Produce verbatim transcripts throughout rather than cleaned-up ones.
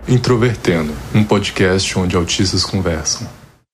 Introvertendo, um podcast onde autistas conversam.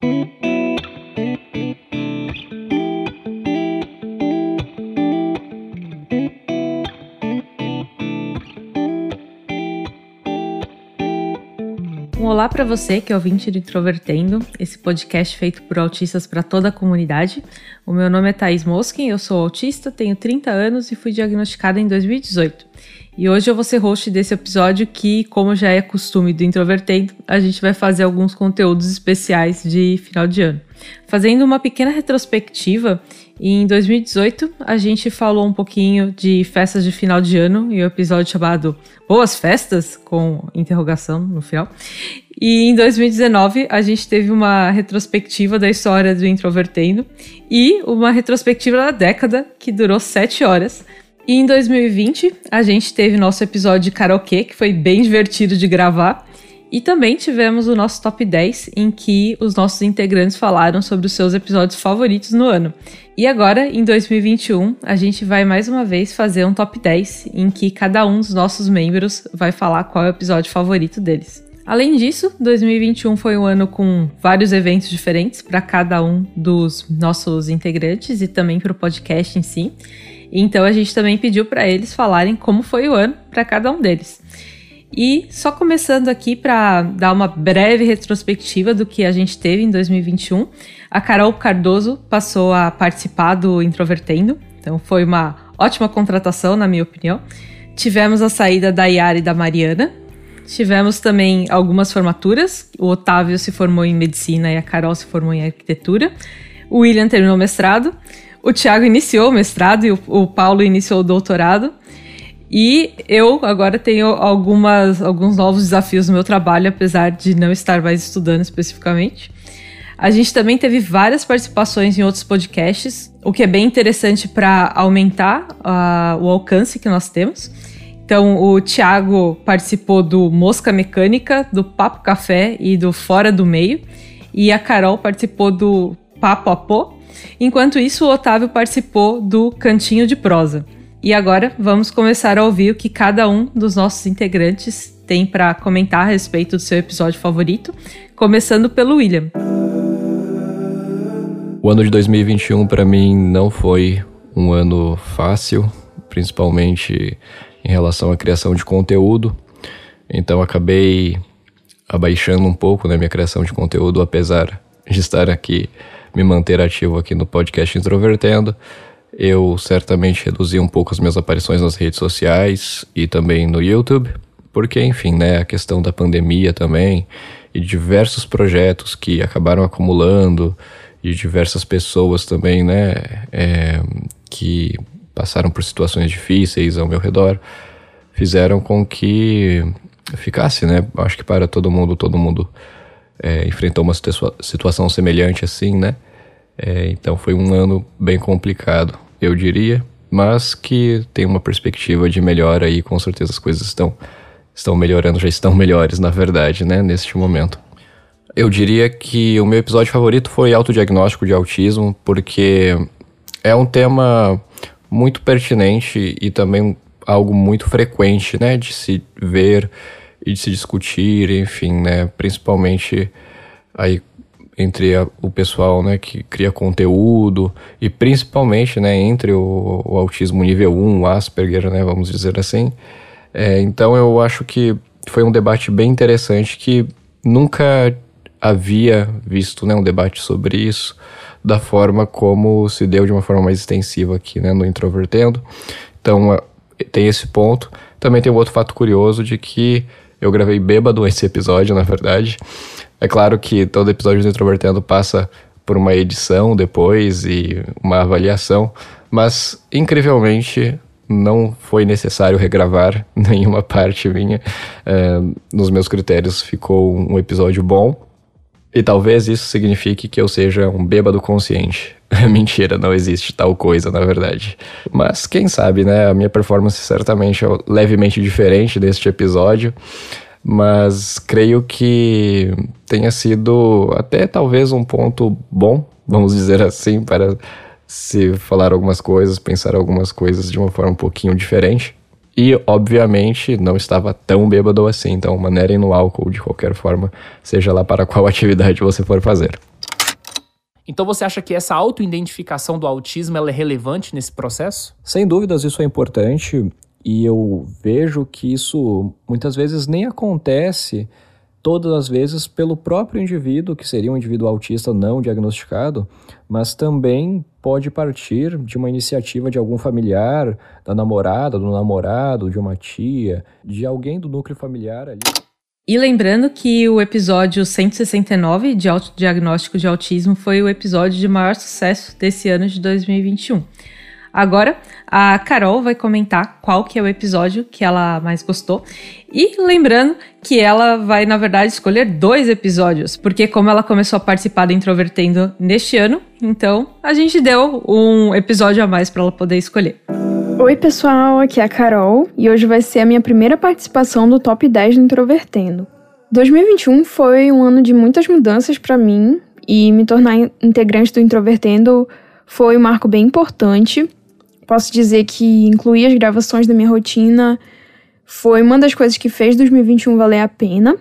Um olá para você que é ouvinte do Introvertendo, esse podcast feito por autistas para toda a comunidade. O meu nome é Thaís Moskin, eu sou autista, tenho trinta anos e fui diagnosticada em dois mil e dezoito. E hoje eu vou ser host desse episódio que, como já é costume do Introvertendo, a gente vai fazer alguns conteúdos especiais de final de ano. Fazendo uma pequena retrospectiva, em dois mil e dezoito a gente falou um pouquinho de festas de final de ano, em um episódio chamado Boas Festas, com interrogação no final. E em dois mil e dezenove a gente teve uma retrospectiva da história do Introvertendo e uma retrospectiva da década, que durou sete horas. E em dois mil e vinte a gente teve nosso episódio de karaokê, que foi bem divertido de gravar. E também tivemos o nosso top dez, em que os nossos integrantes falaram sobre os seus episódios favoritos no ano. E agora, em dois mil e vinte e um, a gente vai mais uma vez fazer um top dez, em que cada um dos nossos membros vai falar qual é o episódio favorito deles. Além disso, dois mil e vinte e um foi um ano com vários eventos diferentes para cada um dos nossos integrantes e também para o podcast em si. Então a gente também pediu para eles falarem como foi o ano para cada um deles. E só começando aqui para dar uma breve retrospectiva do que a gente teve em dois mil e vinte e um, a Carol Cardoso passou a participar do Introvertendo, então foi uma ótima contratação, na minha opinião. Tivemos a saída da Yara e da Mariana, tivemos também algumas formaturas, o Otávio se formou em Medicina e a Carol se formou em Arquitetura, o William terminou o mestrado, o Thiago iniciou o mestrado e o, o Paulo iniciou o doutorado. E eu agora tenho algumas, alguns novos desafios no meu trabalho, apesar de não estar mais estudando especificamente. A gente também teve várias participações em outros podcasts, o que é bem interessante para aumentar uh, o alcance que nós temos. Então, o Thiago participou do Mosca Mecânica, do Papo Café e do Fora do Meio. E a Carol participou do Papo Apô. Enquanto isso, o Otávio participou do Cantinho de Prosa. E agora vamos começar a ouvir o que cada um dos nossos integrantes tem para comentar a respeito do seu episódio favorito, começando pelo William. O ano de dois mil e vinte e um para mim não foi um ano fácil, principalmente em relação à criação de conteúdo. Então acabei abaixando um pouco, né, minha criação de conteúdo, apesar de estar aqui, me manter ativo aqui no podcast Introvertendo. Eu certamente reduzi um pouco as minhas aparições nas redes sociais e também no YouTube, porque, enfim, né, a questão da pandemia também e diversos projetos que acabaram acumulando e diversas pessoas também, né, é, que passaram por situações difíceis ao meu redor, fizeram com que ficasse, né, acho que para todo mundo, todo mundo é, enfrentou uma situa- situação semelhante assim, né. É, então foi um ano bem complicado, eu diria, mas que tem uma perspectiva de melhora e com certeza as coisas estão, estão melhorando, já estão melhores na verdade, né, neste momento. Eu diria que o meu episódio favorito foi autodiagnóstico de autismo, porque é um tema muito pertinente e também algo muito frequente, né, de se ver e de se discutir, enfim, né, principalmente aí entre a, o pessoal, né, que cria conteúdo e principalmente, né, entre o, o autismo nível um, o Asperger, né, vamos dizer assim. É, então eu acho que foi um debate bem interessante que nunca havia visto, né, um debate sobre isso da forma como se deu de uma forma mais extensiva aqui, né, no Introvertendo. Então tem esse ponto. Também tem um outro fato curioso de que eu gravei bêbado esse episódio, na verdade. É claro que todo episódio do Introvertendo passa por uma edição depois e uma avaliação, mas, incrivelmente, não foi necessário regravar nenhuma parte minha. É, nos meus critérios ficou um episódio bom, e talvez isso signifique que eu seja um bêbado consciente. Mentira, não existe tal coisa, na verdade. Mas quem sabe, né? A minha performance certamente é levemente diferente deste episódio, mas creio que tenha sido até talvez um ponto bom, vamos dizer assim, para se falar algumas coisas, pensar algumas coisas de uma forma um pouquinho diferente. E, obviamente, não estava tão bêbado assim, então manerem no álcool de qualquer forma, seja lá para qual atividade você for fazer. Então você acha que essa autoidentificação do autismo ela é relevante nesse processo? Sem dúvidas isso é importante e eu vejo que isso muitas vezes nem acontece todas as vezes pelo próprio indivíduo, que seria um indivíduo autista não diagnosticado, mas também pode partir de uma iniciativa de algum familiar, da namorada, do namorado, de uma tia, de alguém do núcleo familiar ali. E lembrando que o episódio cento e sessenta e nove de autodiagnóstico de autismo foi o episódio de maior sucesso desse ano de dois mil e vinte e um. Agora, a Carol vai comentar qual que é o episódio que ela mais gostou. E lembrando que ela vai, na verdade, escolher dois episódios, porque como ela começou a participar da Introvertendo neste ano, então a gente deu um episódio a mais para ela poder escolher. Oi pessoal, aqui é a Carol e hoje vai ser a minha primeira participação do Top dez do Introvertendo. dois mil e vinte e um foi um ano de muitas mudanças para mim e me tornar integrante do Introvertendo foi um marco bem importante. Posso dizer que incluir as gravações da minha rotina foi uma das coisas que fez dois mil e vinte e um valer a pena.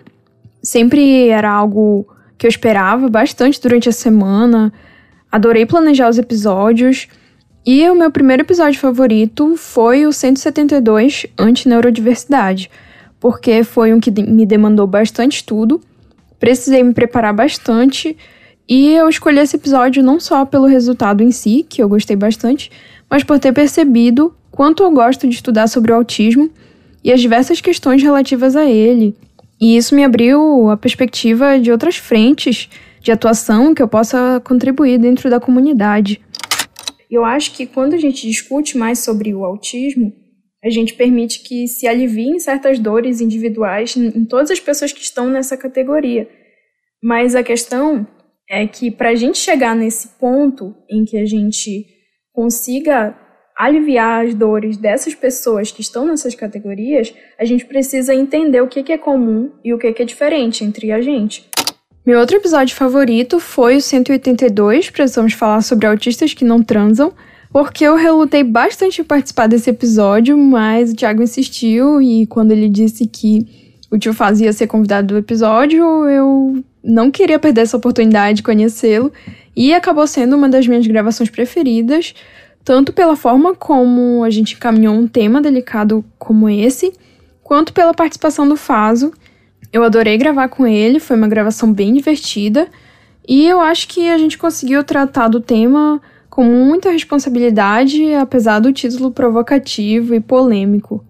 Sempre era algo que eu esperava bastante durante a semana. Adorei planejar os episódios. E o meu primeiro episódio favorito foi o cento e setenta e dois, Anti-Neurodiversidade, porque foi um que me demandou bastante estudo, precisei me preparar bastante, e eu escolhi esse episódio não só pelo resultado em si, que eu gostei bastante, mas por ter percebido quanto eu gosto de estudar sobre o autismo e as diversas questões relativas a ele. E isso me abriu a perspectiva de outras frentes de atuação que eu possa contribuir dentro da comunidade. Eu acho que quando a gente discute mais sobre o autismo, a gente permite que se aliviem certas dores individuais em todas as pessoas que estão nessa categoria. Mas a questão é que para a gente chegar nesse ponto em que a gente consiga aliviar as dores dessas pessoas que estão nessas categorias, a gente precisa entender o que é comum e o que é diferente entre a gente. Meu outro episódio favorito foi o cento e oitenta e dois, precisamos falar sobre autistas que não transam, porque eu relutei bastante em participar desse episódio, mas o Thiago insistiu e quando ele disse que o tio Faz ia ser convidado do episódio, eu não queria perder essa oportunidade de conhecê-lo e acabou sendo uma das minhas gravações preferidas, tanto pela forma como a gente encaminhou um tema delicado como esse, quanto pela participação do Faso. Eu adorei gravar com ele, foi uma gravação bem divertida e eu acho que a gente conseguiu tratar do tema com muita responsabilidade, apesar do título provocativo e polêmico.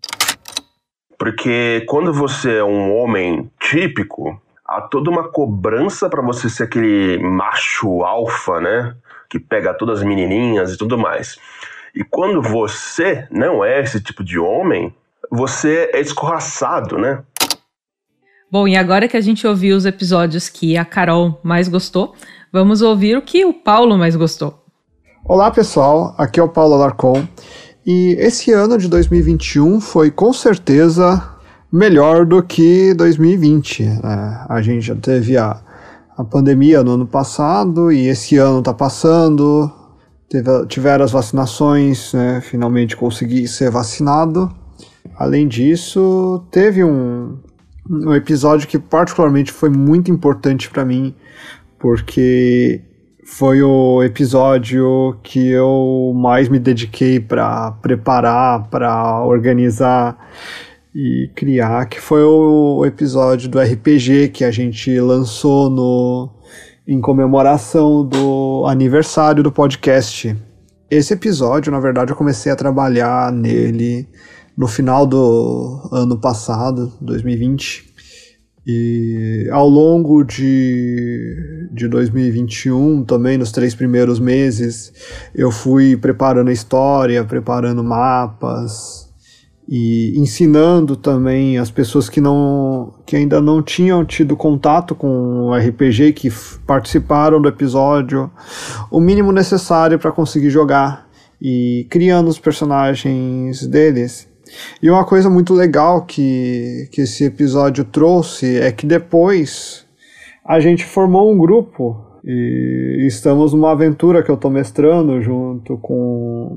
Porque quando você é um homem típico, há toda uma cobrança para você ser aquele macho alfa, né? Que pega todas as menininhas e tudo mais. E quando você não é esse tipo de homem, você é escorraçado, né? Bom, e agora que a gente ouviu os episódios que a Carol mais gostou, vamos ouvir o que o Paulo mais gostou. Olá pessoal, aqui é o Paulo Alarcon e esse ano de dois mil e vinte e um foi com certeza melhor do que dois mil e vinte. Né? A gente já teve a, a pandemia no ano passado e esse ano está passando, teve, tiveram as vacinações, né? Finalmente consegui ser vacinado. Além disso, teve um... um episódio que particularmente foi muito importante para mim, porque foi o episódio que eu mais me dediquei para preparar, para organizar e criar, que foi o episódio do R P G que a gente lançou no, em comemoração do aniversário do podcast. Esse episódio, na verdade, eu comecei a trabalhar nele no final do ano passado, dois mil e vinte, e ao longo de, de dois mil e vinte e um, também nos três primeiros meses, eu fui preparando a história, preparando mapas e ensinando também as pessoas que, não, que ainda não tinham tido contato com o R P G, que f- participaram do episódio, o mínimo necessário para conseguir jogar e criando os personagens deles. E uma coisa muito legal que, que esse episódio trouxe é que depois a gente formou um grupo e estamos numa aventura que eu estou mestrando junto com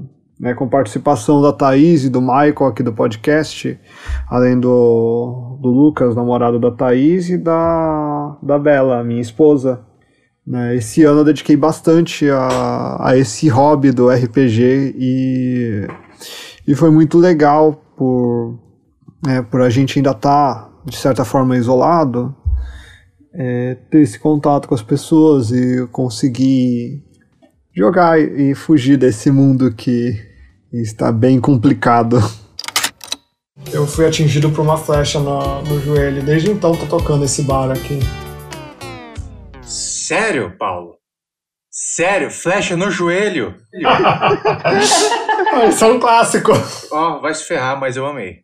né, com participação da Thaís e do Michael aqui do podcast, além do, do Lucas, namorado da Thaís, e da, da Bela, minha esposa. Né, esse ano eu dediquei bastante a, a esse hobby do R P G e, e foi muito legal por, né, por a gente ainda estar, tá, de certa forma, isolado, é, ter esse contato com as pessoas e conseguir jogar e, e fugir desse mundo que está bem complicado. Eu fui atingido por uma flecha no, no joelho, desde então tô tocando esse bar aqui. Sério, Paulo? Sério? Flecha no joelho? Isso é um clássico. Ó, oh, vai se ferrar, mas eu amei.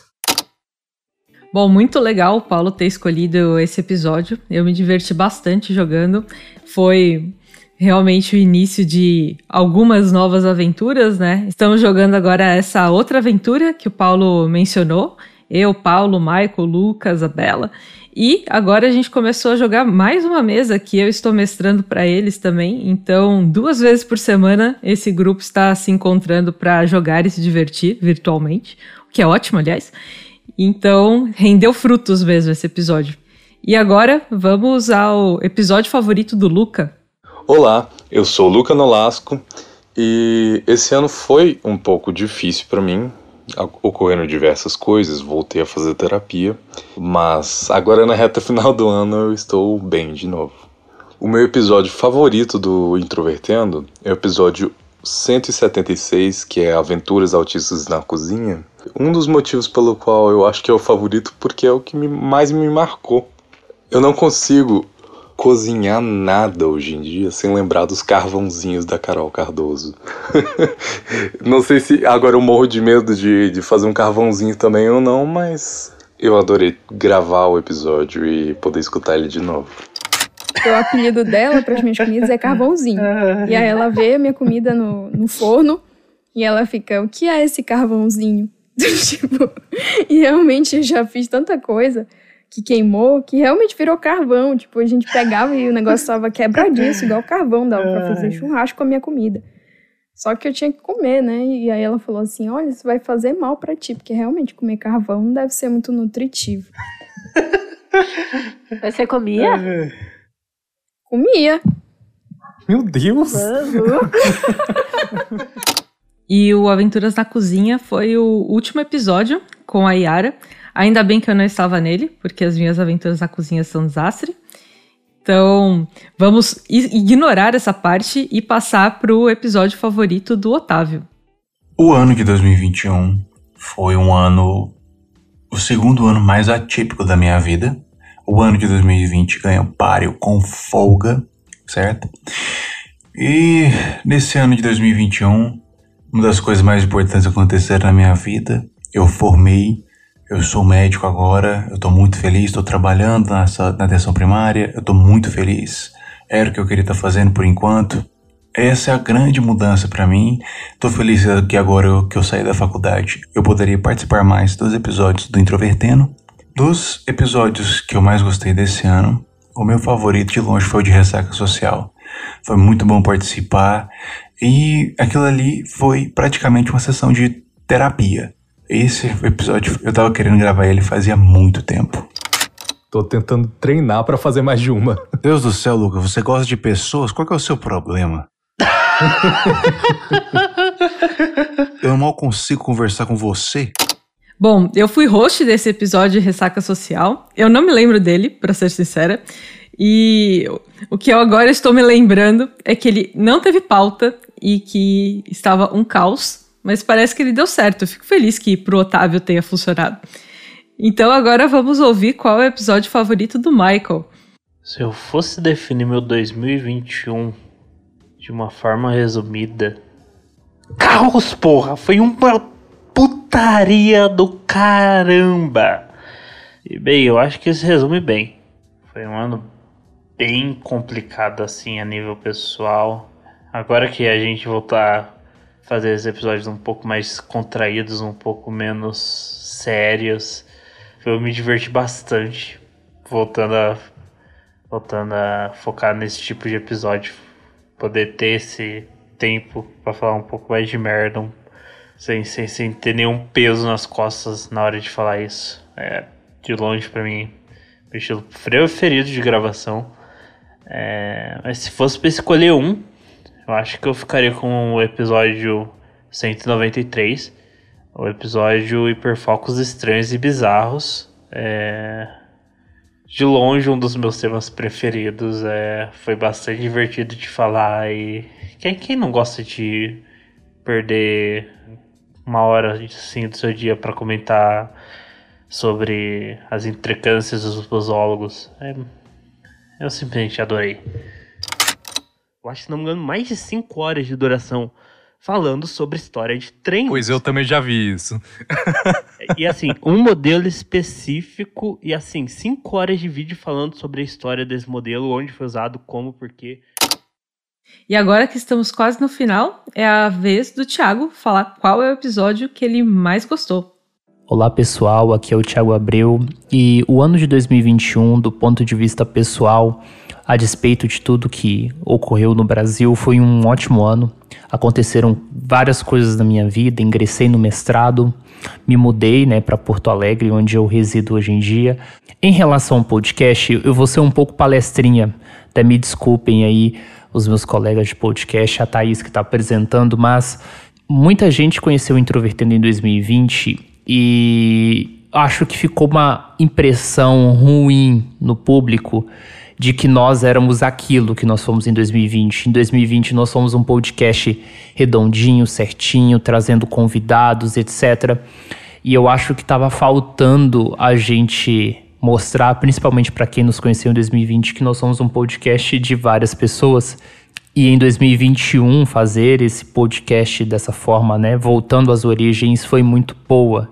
Bom, muito legal o Paulo ter escolhido esse episódio. Eu me diverti bastante jogando. Foi realmente o início de algumas novas aventuras, né? Estamos jogando agora essa outra aventura que o Paulo mencionou. Eu, Paulo, Michael, Lucas, a Bela. E agora a gente começou a jogar mais uma mesa que eu estou mestrando para eles também. Então, duas vezes por semana, esse grupo está se encontrando para jogar e se divertir virtualmente, o que é ótimo, aliás. Então, rendeu frutos mesmo esse episódio. E agora, vamos ao episódio favorito do Luca. Olá, eu sou o Luca Nolasco e esse ano foi um pouco difícil para mim. Ocorreram diversas coisas, voltei a fazer terapia, mas agora na reta final do ano eu estou bem de novo. O meu episódio favorito do Introvertendo é o episódio cento e setenta e seis, que é Aventuras Autistas na Cozinha. Um dos motivos pelo qual eu acho que é o favorito, porque é o que me, mais me marcou. Eu não consigo cozinhar nada hoje em dia sem lembrar dos carvãozinhos da Carol Cardoso. Não sei se agora eu morro de medo de, de fazer um carvãozinho também ou não, mas eu adorei gravar o episódio e poder escutar ele de novo. O apelido dela para as minhas comidas é carvãozinho. E aí ela vê a minha comida no, no forno e ela fica, o que é esse carvãozinho? Tipo, e realmente já fiz tanta coisa que queimou, que realmente virou carvão. Tipo, a gente pegava e o negócio tava quebradiço, igual carvão, dava pra fazer churrasco com a minha comida. Só que eu tinha que comer, né? E aí ela falou assim, olha, isso vai fazer mal pra ti, porque realmente comer carvão não deve ser muito nutritivo. Você comia? Comia. Meu Deus! E o Aventuras na Cozinha foi o último episódio com a Yara. Ainda bem que eu não estava nele, porque as minhas aventuras na cozinha são um desastre. Então, vamos ignorar essa parte e passar para o episódio favorito do Otávio. O ano de dois mil e vinte e um foi um ano... o segundo ano mais atípico da minha vida. O ano de dois mil e vinte ganhou páreo com folga, certo? E nesse ano de dois mil e vinte e um, uma das coisas mais importantes que aconteceram na minha vida, eu formei. Eu sou médico agora, eu tô muito feliz, tô trabalhando nessa, na atenção primária, eu tô muito feliz. Era o que eu queria estar fazendo por enquanto. Essa é a grande mudança pra mim. Tô feliz que agora eu, que eu saí da faculdade, eu poderia participar mais dos episódios do Introvertendo. Dos episódios que eu mais gostei desse ano, o meu favorito de longe foi o de Ressaca Social. Foi muito bom participar e aquilo ali foi praticamente uma sessão de terapia. Esse episódio, eu tava querendo gravar ele fazia muito tempo. Tô tentando treinar pra fazer mais de uma. Deus do céu, Luca, você gosta de pessoas? Qual que é o seu problema? Eu mal consigo conversar com você. Bom, eu fui host desse episódio de Ressaca Social. Eu não me lembro dele, pra ser sincera. E o que eu agora estou me lembrando é que ele não teve pauta e que estava um caos. Mas parece que ele deu certo. Eu fico feliz que pro Otávio tenha funcionado. Então agora vamos ouvir qual é o episódio favorito do Michael. Se eu fosse definir meu dois mil e vinte e um de uma forma resumida... Caos, porra! Foi uma putaria do caramba! E bem, eu acho que isso resume bem. Foi um ano bem complicado assim a nível pessoal. Agora que a gente voltar... fazer esses episódios um pouco mais contraídos, um pouco menos sérios. Eu me diverti bastante voltando a, voltando a focar nesse tipo de episódio. Poder ter esse tempo pra falar um pouco mais de merda, um, Sem, sem, sem ter nenhum peso nas costas na hora de falar isso. É, de longe, pra mim, meu estilo preferido de gravação. É, mas se fosse pra escolher um, eu acho que eu ficaria com o episódio cento e noventa e três, o episódio Hiperfocos Estranhos e Bizarros. É, de longe, um dos meus temas preferidos. É, foi bastante divertido de falar. E quem, quem não gosta de perder uma hora assim, do seu dia para comentar sobre as implicâncias dos busólogos? É, eu simplesmente adorei. Eu acho que, se não me engano, mais de cinco horas de duração falando sobre história de trem. Pois eu também já vi isso. E assim, um modelo específico e assim, cinco horas de vídeo falando sobre a história desse modelo, onde foi usado, como, porquê. E agora que estamos quase no final, é a vez do Thiago falar qual é o episódio que ele mais gostou. Olá pessoal, aqui é o Thiago Abreu e o ano de dois mil e vinte e um, do ponto de vista pessoal, a despeito de tudo que ocorreu no Brasil, foi um ótimo ano. Aconteceram várias coisas na minha vida, ingressei no mestrado, me mudei, né, para Porto Alegre, onde eu resido hoje em dia. Em relação ao podcast, eu vou ser um pouco palestrinha, até me desculpem aí os meus colegas de podcast, a Thaís que está apresentando, mas muita gente conheceu o Introvertendo em dois mil e vinte e acho que ficou uma impressão ruim no público de que nós éramos aquilo que nós fomos em dois mil e vinte. Em dois mil e vinte nós fomos um podcast redondinho, certinho, trazendo convidados, etcétera. E eu acho que estava faltando a gente mostrar, principalmente para quem nos conheceu em dois mil e vinte, que nós somos um podcast de várias pessoas. E em dois mil e vinte e um fazer esse podcast dessa forma, né, voltando às origens, foi muito boa.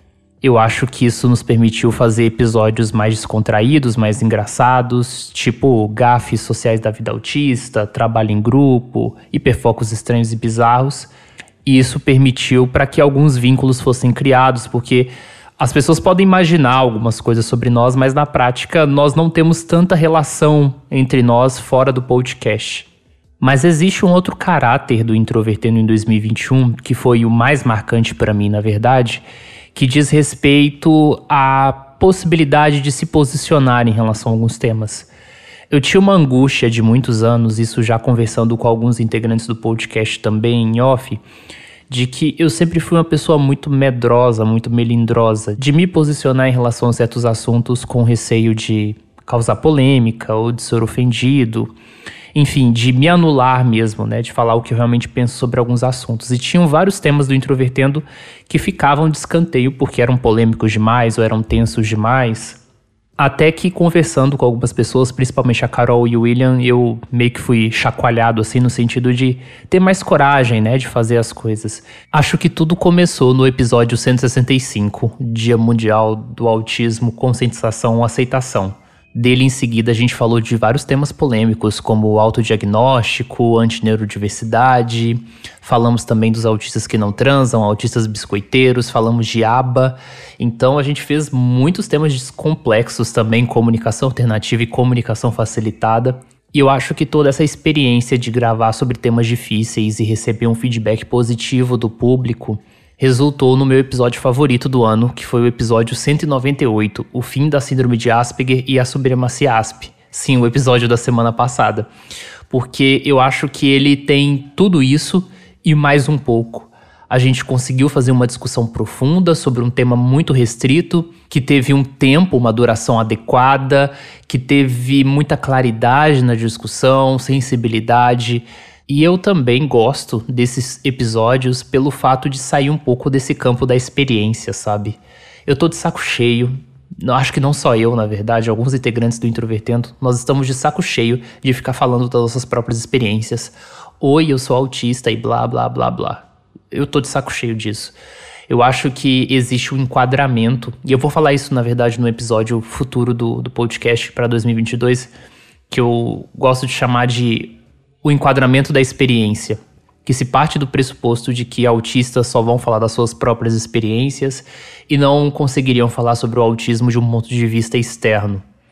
Eu acho que isso nos permitiu fazer episódios mais descontraídos, mais engraçados, tipo gafes sociais da vida autista, trabalho em grupo, hiperfocos estranhos e bizarros. E isso permitiu para que alguns vínculos fossem criados, porque as pessoas podem imaginar algumas coisas sobre nós, mas na prática nós não temos tanta relação entre nós fora do podcast. Mas existe um outro caráter do Introvertendo em dois mil e vinte e um, que foi o mais marcante para mim, na verdade, que diz respeito à possibilidade de se posicionar em relação a alguns temas. Eu tinha uma angústia de muitos anos, isso já conversando com alguns integrantes do podcast também em off, de que eu sempre fui uma pessoa muito medrosa, muito melindrosa, de me posicionar em relação a certos assuntos com receio de causar polêmica ou de ser ofendido, enfim, de me anular mesmo, né, de falar o que eu realmente penso sobre alguns assuntos. E tinham vários temas do Introvertendo que ficavam de escanteio porque eram polêmicos demais ou eram tensos demais. Até que, conversando com algumas pessoas, principalmente a Carol e o William, eu meio que fui chacoalhado, assim, no sentido de ter mais coragem, né, de fazer as coisas. Acho que tudo começou no episódio cento e sessenta e cinco, Dia Mundial do Autismo, Conscientização ou Aceitação. Dele, em seguida, a gente falou de vários temas polêmicos, como o autodiagnóstico, antineurodiversidade, falamos também dos autistas que não transam, autistas biscoiteiros, falamos de A B A. Então, a gente fez muitos temas complexos também, comunicação alternativa e comunicação facilitada. E eu acho que toda essa experiência de gravar sobre temas difíceis e receber um feedback positivo do público resultou no meu episódio favorito do ano, que foi o episódio cento e noventa e oito, o fim da síndrome de Asperger e a supremacia A S P. Sim, o episódio da semana passada. Porque eu acho que ele tem tudo isso e mais um pouco. A gente conseguiu fazer uma discussão profunda sobre um tema muito restrito, que teve um tempo, uma duração adequada, que teve muita claridade na discussão, sensibilidade. E eu também gosto desses episódios pelo fato de sair um pouco desse campo da experiência, sabe? Eu tô de saco cheio, acho que não só eu, na verdade, alguns integrantes do Introvertendo, nós estamos de saco cheio de ficar falando das nossas próprias experiências. Oi, eu sou autista e blá, blá, blá, blá. Eu tô de saco cheio disso. Eu acho que existe um enquadramento, e eu vou falar isso, na verdade, no episódio futuro do, do podcast para dois mil e vinte e dois, que eu gosto de chamar de o enquadramento da experiência, que se parte do pressuposto de que autistas só vão falar das suas próprias experiências e não conseguiriam falar sobre o autismo de um ponto de vista externo.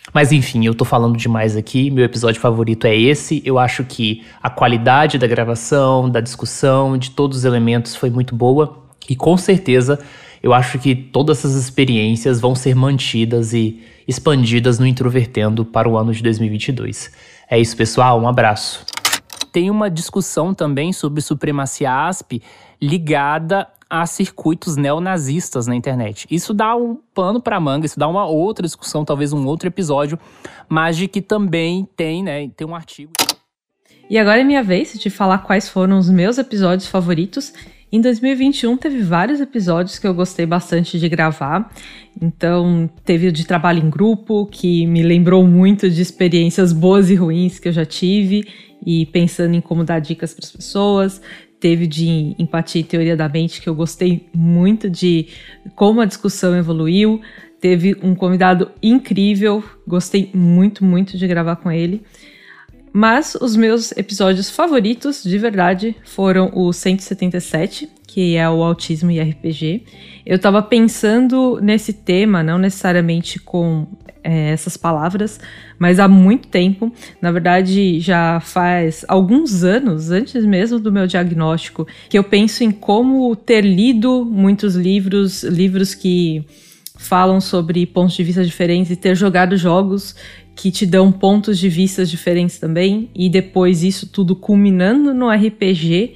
Mas enfim, eu tô falando demais aqui, meu episódio favorito é esse. Eu acho que a qualidade da gravação, da discussão, de todos os elementos foi muito boa. E com certeza, eu acho que todas essas experiências vão ser mantidas e expandidas no Introvertendo para o ano de dois mil e vinte e dois. É isso, pessoal, um abraço. Tem uma discussão também sobre supremacia A S P ligada a circuitos neonazistas na internet. Isso dá um pano para manga, isso dá uma outra discussão, talvez um outro episódio, mas de que também tem, né, tem um artigo. E agora é minha vez de falar quais foram os meus episódios favoritos. Em dois mil e vinte e um teve vários episódios que eu gostei bastante de gravar. Então teve o de trabalho em grupo, que me lembrou muito de experiências boas e ruins que eu já tive, e pensando em como dar dicas para as pessoas. Teve de empatia e teoria da mente, que eu gostei muito de como a discussão evoluiu. Teve um convidado incrível, gostei muito, muito de gravar com ele. Mas os meus episódios favoritos, de verdade, foram o cento e setenta e sete, que é o autismo e R P G. Eu tava pensando nesse tema, não necessariamente com é, essas palavras, mas há muito tempo. Na verdade, já faz alguns anos, antes mesmo do meu diagnóstico, que eu penso em como ter lido muitos livros, livros que falam sobre pontos de vista diferentes, e ter jogado jogos que te dão pontos de vista diferentes também, e depois isso tudo culminando no R P G,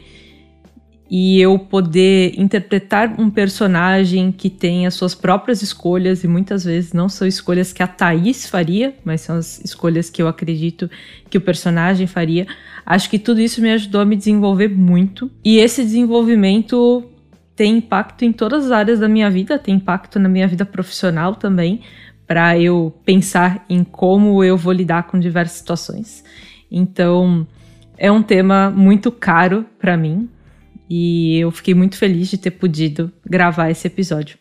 e eu poder interpretar um personagem que tem as suas próprias escolhas, e muitas vezes não são escolhas que a Thaís faria, mas são as escolhas que eu acredito que o personagem faria. Acho que tudo isso me ajudou a me desenvolver muito, e esse desenvolvimento tem impacto em todas as áreas da minha vida, tem impacto na minha vida profissional também, para eu pensar em como eu vou lidar com diversas situações. Então, é um tema muito caro para mim, e eu fiquei muito feliz de ter podido gravar esse episódio.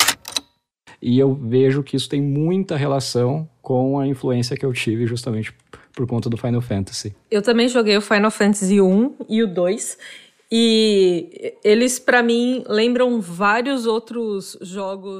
E eu vejo que isso tem muita relação com a influência que eu tive justamente por conta do Final Fantasy. Eu também joguei o Final Fantasy um e o dois, e eles, para mim, lembram vários outros jogos.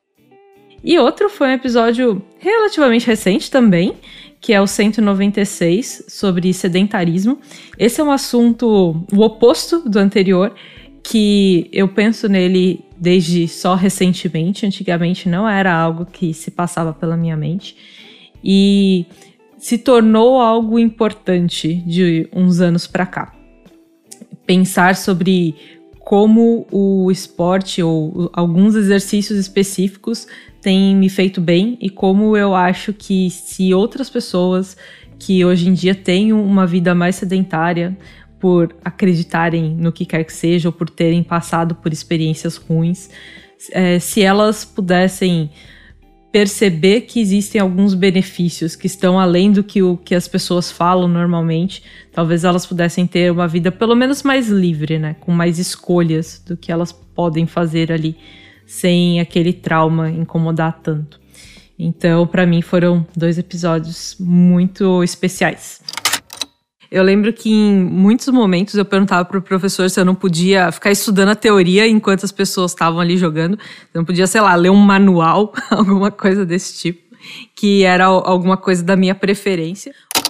E outro foi um episódio relativamente recente também, que é o cento e noventa e seis, sobre sedentarismo. Esse é um assunto, o oposto do anterior, que eu penso nele desde só recentemente. Antigamente não era algo que se passava pela minha mente. E se tornou algo importante de uns anos para cá. Pensar sobre como o esporte ou alguns exercícios específicos têm me feito bem, e como eu acho que se outras pessoas que hoje em dia têm uma vida mais sedentária, por acreditarem no que quer que seja, ou por terem passado por experiências ruins, é, se elas pudessem perceber que existem alguns benefícios que estão além do que, o, que as pessoas falam normalmente, talvez elas pudessem ter uma vida pelo menos mais livre, né? Com mais escolhas do que elas podem fazer ali, sem aquele trauma incomodar tanto. Então, para mim, foram dois episódios muito especiais. Eu lembro que em muitos momentos eu perguntava pro professor se eu não podia ficar estudando a teoria enquanto as pessoas estavam ali jogando. Eu não podia, sei lá, ler um manual, alguma coisa desse tipo, que era alguma coisa da minha preferência.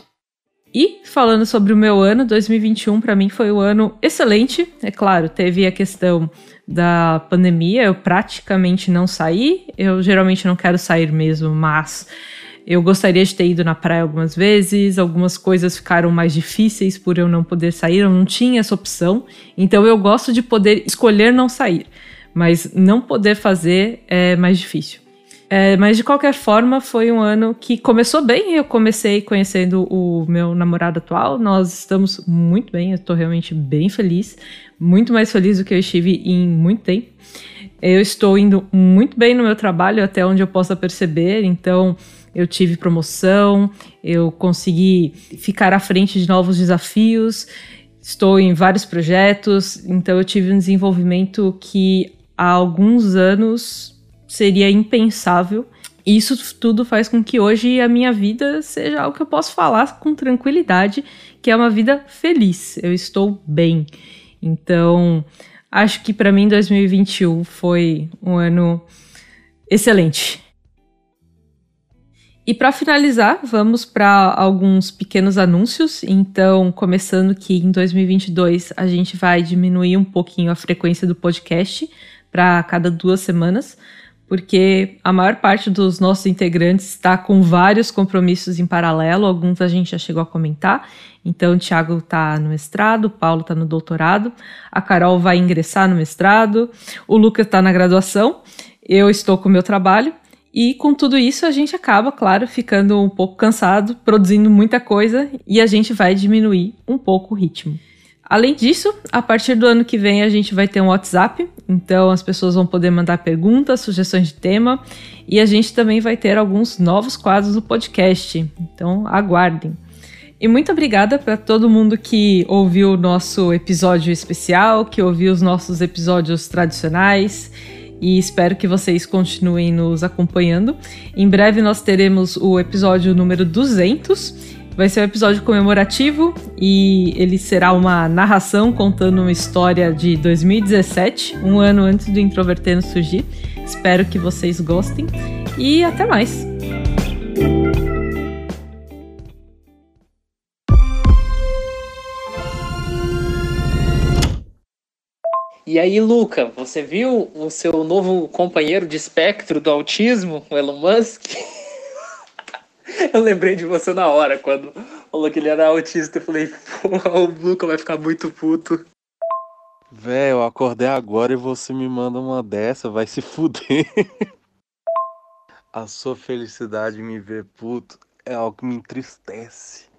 E falando sobre o meu ano, dois mil e vinte e um para mim foi um ano excelente. É claro, teve a questão da pandemia, eu praticamente não saí. Eu geralmente não quero sair mesmo, mas eu gostaria de ter ido na praia algumas vezes. Algumas coisas ficaram mais difíceis por eu não poder sair, eu não tinha essa opção. Então eu gosto de poder escolher não sair, mas não poder fazer é mais difícil. É, mas de qualquer forma foi um ano que começou bem. Eu comecei conhecendo o meu namorado atual, nós estamos muito bem, eu estou realmente bem feliz, muito mais feliz do que eu estive em muito tempo. Eu estou indo muito bem no meu trabalho, até onde eu possa perceber. Então eu tive promoção, eu consegui ficar à frente de novos desafios, estou em vários projetos, então eu tive um desenvolvimento que há alguns anos seria impensável. E isso tudo faz com que hoje a minha vida seja algo que eu posso falar com tranquilidade, que é uma vida feliz. Eu estou bem. Então, acho que para mim dois mil e vinte e um foi um ano excelente. E para finalizar, vamos para alguns pequenos anúncios. Então, começando que em dois mil e vinte e dois a gente vai diminuir um pouquinho a frequência do podcast para cada duas semanas, porque a maior parte dos nossos integrantes está com vários compromissos em paralelo, alguns a gente já chegou a comentar. Então, o Thiago está no mestrado, o Paulo está no doutorado, a Carol vai ingressar no mestrado, o Lucas está na graduação, eu estou com o meu trabalho. E com tudo isso a gente acaba, claro, ficando um pouco cansado, produzindo muita coisa e a gente vai diminuir um pouco o ritmo. Além disso, a partir do ano que vem a gente vai ter um WhatsApp, então as pessoas vão poder mandar perguntas, sugestões de tema e a gente também vai ter alguns novos quadros do podcast, então aguardem. E muito obrigada para todo mundo que ouviu o nosso episódio especial, que ouviu os nossos episódios tradicionais. E espero que vocês continuem nos acompanhando. Em breve nós teremos o episódio número duzentos. Vai ser um episódio comemorativo e ele será uma narração contando uma história de dois mil e dezessete, um ano antes do Introvertendo surgir. Espero que vocês gostem e até mais! E aí, Luca, você viu o seu novo companheiro de espectro do autismo, o Elon Musk? Eu lembrei de você na hora, quando falou que ele era autista. Eu falei, porra, o Luca vai ficar muito puto. Véi, eu acordei agora e você me manda uma dessa, vai se fuder. A sua felicidade em me ver puto é algo que me entristece.